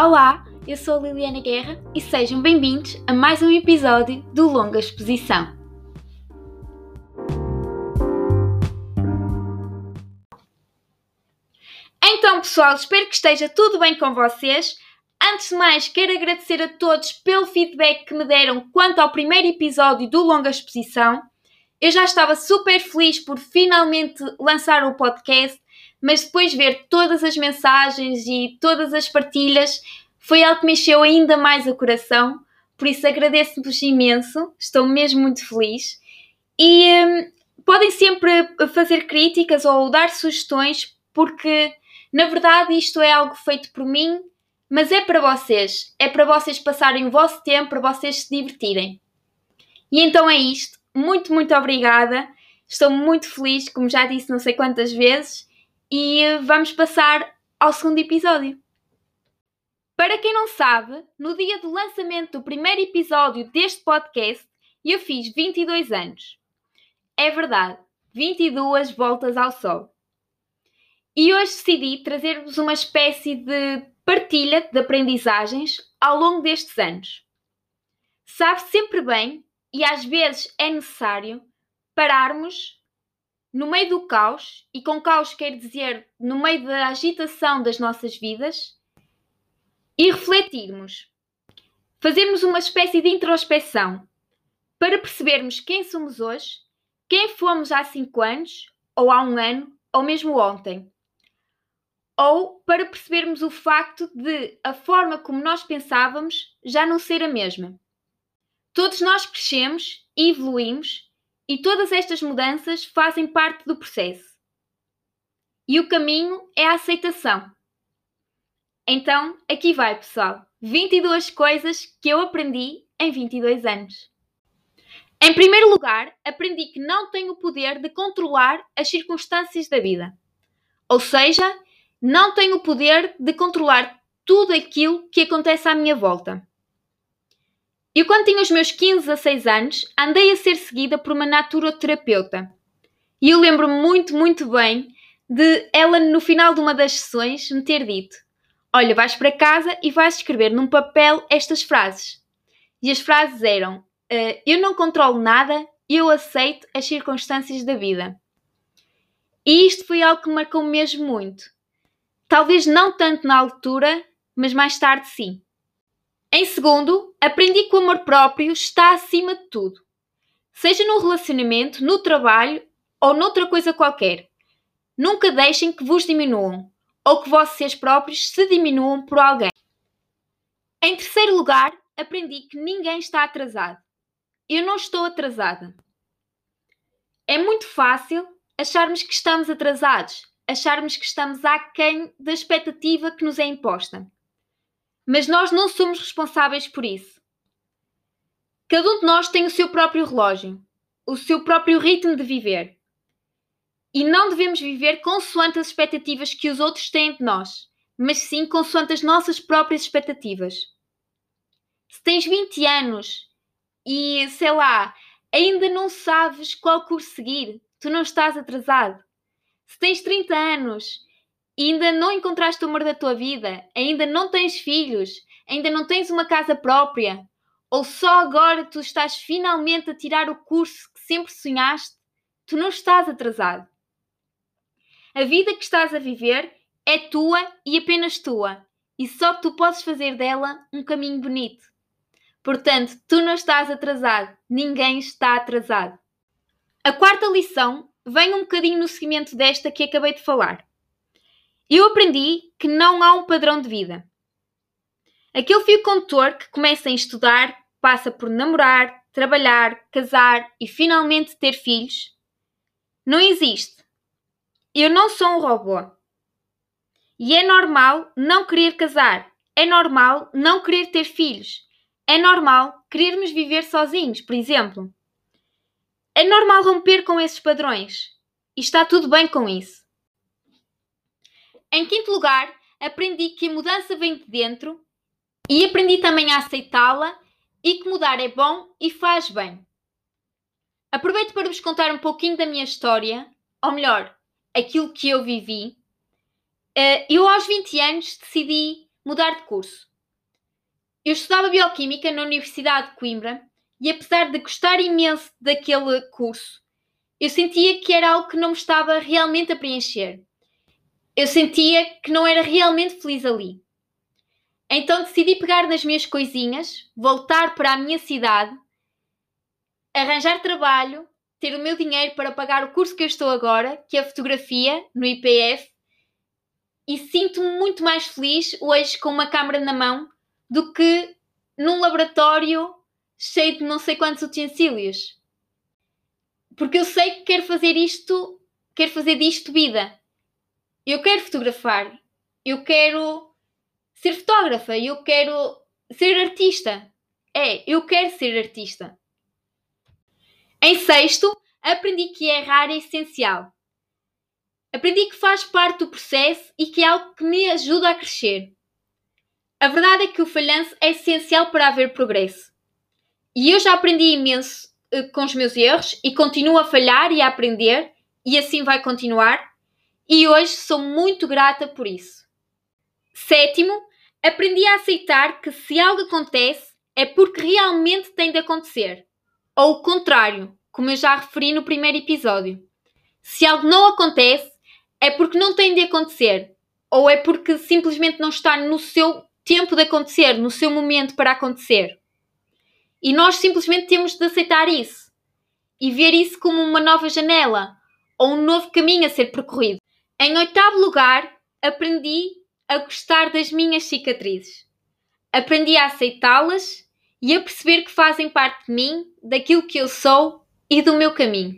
Olá, eu sou a Liliana Guerra e sejam bem-vindos a mais um episódio do Longa Exposição. Então, pessoal, espero que esteja tudo bem com vocês. Antes de mais, quero agradecer a todos pelo feedback que me deram quanto ao primeiro episódio do Longa Exposição. Eu já estava super feliz por finalmente lançar o podcast, mas depois de ver todas as mensagens e todas as partilhas, foi algo que me encheu ainda mais o coração. Por isso agradeço-vos imenso, estou mesmo muito feliz. E podem sempre fazer críticas ou dar sugestões, porque na verdade isto é algo feito por mim, mas é para vocês passarem o vosso tempo, para vocês se divertirem. E então é isto, muito obrigada, estou muito feliz, como já disse não sei quantas vezes, e vamos passar ao segundo episódio. Para quem não sabe, no dia do lançamento do primeiro episódio deste podcast, eu fiz 22 anos. É verdade, 22 voltas ao sol. E hoje decidi trazer-vos uma espécie de partilha de aprendizagens ao longo destes anos. Sabe sempre bem, e às vezes é necessário, pararmos no meio do caos, e com caos quero dizer no meio da agitação das nossas vidas, e refletirmos. Fazermos uma espécie de introspecção para percebermos quem somos hoje, quem fomos há 5 anos, ou há 1 ano, ou mesmo ontem. Ou para percebermos o facto de a forma como nós pensávamos já não ser a mesma. Todos nós crescemos e evoluímos e todas estas mudanças fazem parte do processo. E o caminho é a aceitação. Então, aqui vai, pessoal. 22 coisas que eu aprendi em 22 anos. Em primeiro lugar, aprendi que não tenho o poder de controlar as circunstâncias da vida. Ou seja, não tenho o poder de controlar tudo aquilo que acontece à minha volta. Eu, quando tinha os meus 15 a 6 anos, andei a ser seguida por uma naturoterapeuta. E eu lembro-me muito bem de ela, no final de uma das sessões, me ter dito: olha, vais para casa e vais escrever num papel estas frases. E as frases eram: eu não controlo nada, eu aceito as circunstâncias da vida. E isto foi algo que me marcou mesmo muito. Talvez não tanto na altura, mas mais tarde sim. Em segundo, aprendi que o amor próprio está acima de tudo. Seja num relacionamento, no trabalho ou noutra coisa qualquer. Nunca deixem que vos diminuam ou que vocês próprios se diminuam por alguém. Em terceiro lugar, aprendi que ninguém está atrasado. Eu não estou atrasada. É muito fácil acharmos que estamos atrasados, acharmos que estamos aquém da expectativa que nos é imposta. Mas nós não somos responsáveis por isso. Cada um de nós tem o seu próprio relógio, o seu próprio ritmo de viver. E não devemos viver consoante as expectativas que os outros têm de nós, mas sim consoante as nossas próprias expectativas. Se tens 20 anos e, sei lá, ainda não sabes qual curso seguir, tu não estás atrasado. Se tens 30 anos e ainda não encontraste o amor da tua vida, ainda não tens filhos, ainda não tens uma casa própria, ou só agora tu estás finalmente a tirar o curso que sempre sonhaste, tu não estás atrasado. A vida que estás a viver é tua e apenas tua, e só tu podes fazer dela um caminho bonito. Portanto, tu não estás atrasado, ninguém está atrasado. A quarta lição vem um bocadinho no seguimento desta que acabei de falar. Eu aprendi que não há um padrão de vida. Aquele fio condutor que começa em estudar, passa por namorar, trabalhar, casar e finalmente ter filhos, não existe. Eu não sou um robô. E é normal não querer casar. É normal não querer ter filhos. É normal querermos viver sozinhos, por exemplo. É normal romper com esses padrões. E está tudo bem com isso. Em quinto lugar, aprendi que a mudança vem de dentro e aprendi também a aceitá-la e que mudar é bom e faz bem. Aproveito para vos contar um pouquinho da minha história, ou melhor, aquilo que eu vivi. Eu aos 20 anos decidi mudar de curso. Eu estudava Bioquímica na Universidade de Coimbra e, apesar de gostar imenso daquele curso, eu sentia que era algo que não me estava realmente a preencher. Eu sentia que não era realmente feliz ali. Então decidi pegar nas minhas coisinhas, voltar para a minha cidade, arranjar trabalho, ter o meu dinheiro para pagar o curso que eu estou agora, que é a fotografia, no IPF, e sinto-me muito mais feliz hoje com uma câmara na mão do que num laboratório cheio de não sei quantos utensílios. Porque eu sei que quero fazer disto vida. Eu quero fotografar, eu quero ser fotógrafa, eu quero ser artista. Eu quero ser artista. Em sexto, aprendi que errar é essencial. Aprendi que faz parte do processo e que é algo que me ajuda a crescer. A verdade é que o falhanço é essencial para haver progresso. E eu já aprendi imenso com os meus erros e continuo a falhar e a aprender, e assim vai continuar. E hoje sou muito grata por isso. Sétimo, aprendi a aceitar que se algo acontece é porque realmente tem de acontecer. Ou o contrário, como eu já referi no primeiro episódio. Se algo não acontece, é porque não tem de acontecer. Ou é porque simplesmente não está no seu tempo de acontecer, no seu momento para acontecer. E nós simplesmente temos de aceitar isso. E ver isso como uma nova janela, ou um novo caminho a ser percorrido. Em oitavo lugar, aprendi a gostar das minhas cicatrizes. Aprendi a aceitá-las e a perceber que fazem parte de mim, daquilo que eu sou e do meu caminho.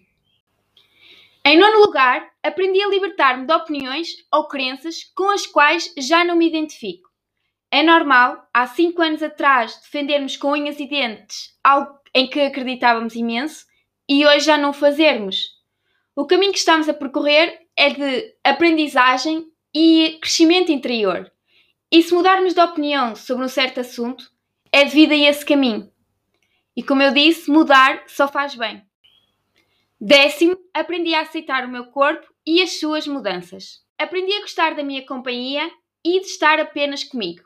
Em nono lugar, aprendi a libertar-me de opiniões ou crenças com as quais já não me identifico. É normal, há 5 anos atrás, defendermos com unhas e dentes algo em que acreditávamos imenso e hoje já não o fazermos. O caminho que estamos a percorrer é de aprendizagem e crescimento interior. E se mudarmos de opinião sobre um certo assunto, é devido a esse caminho. E como eu disse, mudar só faz bem. Décimo, aprendi a aceitar o meu corpo e as suas mudanças. Aprendi a gostar da minha companhia e de estar apenas comigo.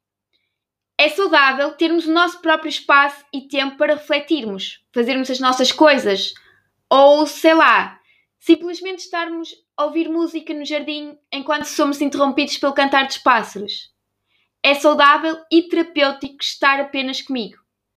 É saudável termos o nosso próprio espaço e tempo para refletirmos, fazermos as nossas coisas, ou, sei lá, simplesmente estarmos a ouvir música no jardim enquanto somos interrompidos pelo cantar dos pássaros. É saudável e terapêutico estar apenas comigo.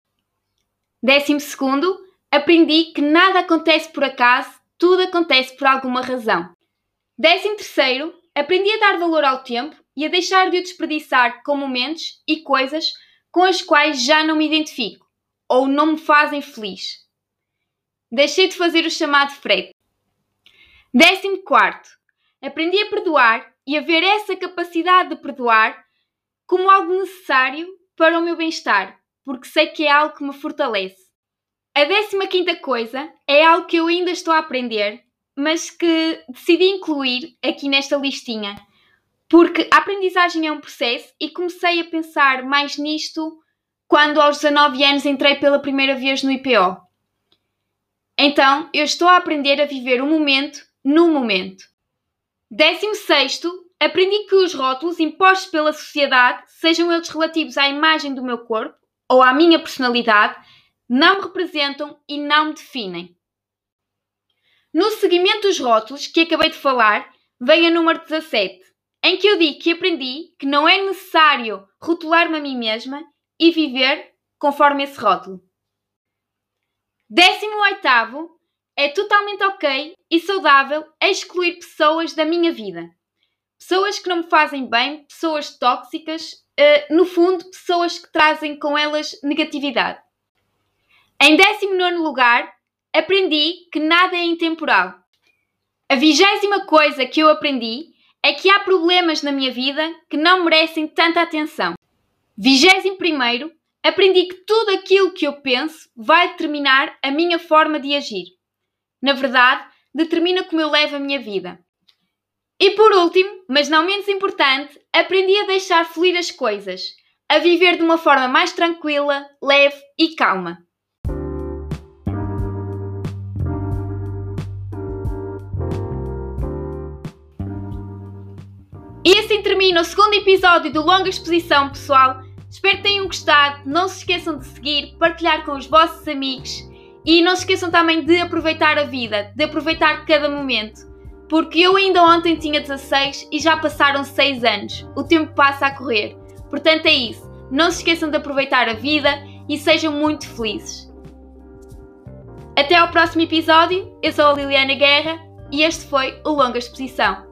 12º, aprendi que nada acontece por acaso, tudo acontece por alguma razão. 13º, aprendi a dar valor ao tempo e a deixar de o desperdiçar com momentos e coisas com as quais já não me identifico ou não me fazem feliz. Deixei de fazer o chamado frete. 14º, aprendi a perdoar e a ver essa capacidade de perdoar como algo necessário para o meu bem-estar, porque sei que é algo que me fortalece. A 15ª coisa é algo que eu ainda estou a aprender, mas que decidi incluir aqui nesta listinha, porque a aprendizagem é um processo e comecei a pensar mais nisto quando aos 19 anos entrei pela primeira vez no IPO. Então, eu estou a aprender a viver o momento no momento. 16º, aprendi que os rótulos impostos pela sociedade, sejam eles relativos à imagem do meu corpo ou à minha personalidade, não me representam e não me definem. No seguimento dos rótulos que acabei de falar, vem a número 17, em que eu digo que aprendi que não é necessário rotular-me a mim mesma e viver conforme esse rótulo. 18º, é totalmente ok e saudável excluir pessoas da minha vida. Pessoas que não me fazem bem, pessoas tóxicas, no fundo, pessoas que trazem com elas negatividade. Em 19º lugar, aprendi que nada é intemporal. A 20ª coisa que eu aprendi é que há problemas na minha vida que não merecem tanta atenção. 21º, aprendi que tudo aquilo que eu penso vai determinar a minha forma de agir. Na verdade, determina como eu levo a minha vida. E por último, mas não menos importante, aprendi a deixar fluir as coisas, a viver de uma forma mais tranquila, leve e calma. E assim termina o segundo episódio do Longa Exposição, pessoal. Espero que tenham gostado. Não se esqueçam de seguir, partilhar com os vossos amigos e não se esqueçam também de aproveitar a vida, de aproveitar cada momento. Porque eu ainda ontem tinha 16 e já passaram 6 anos. O tempo passa a correr. Portanto é isso. Não se esqueçam de aproveitar a vida e sejam muito felizes. Até ao próximo episódio. Eu sou a Liliana Guerra e este foi o Longa Exposição.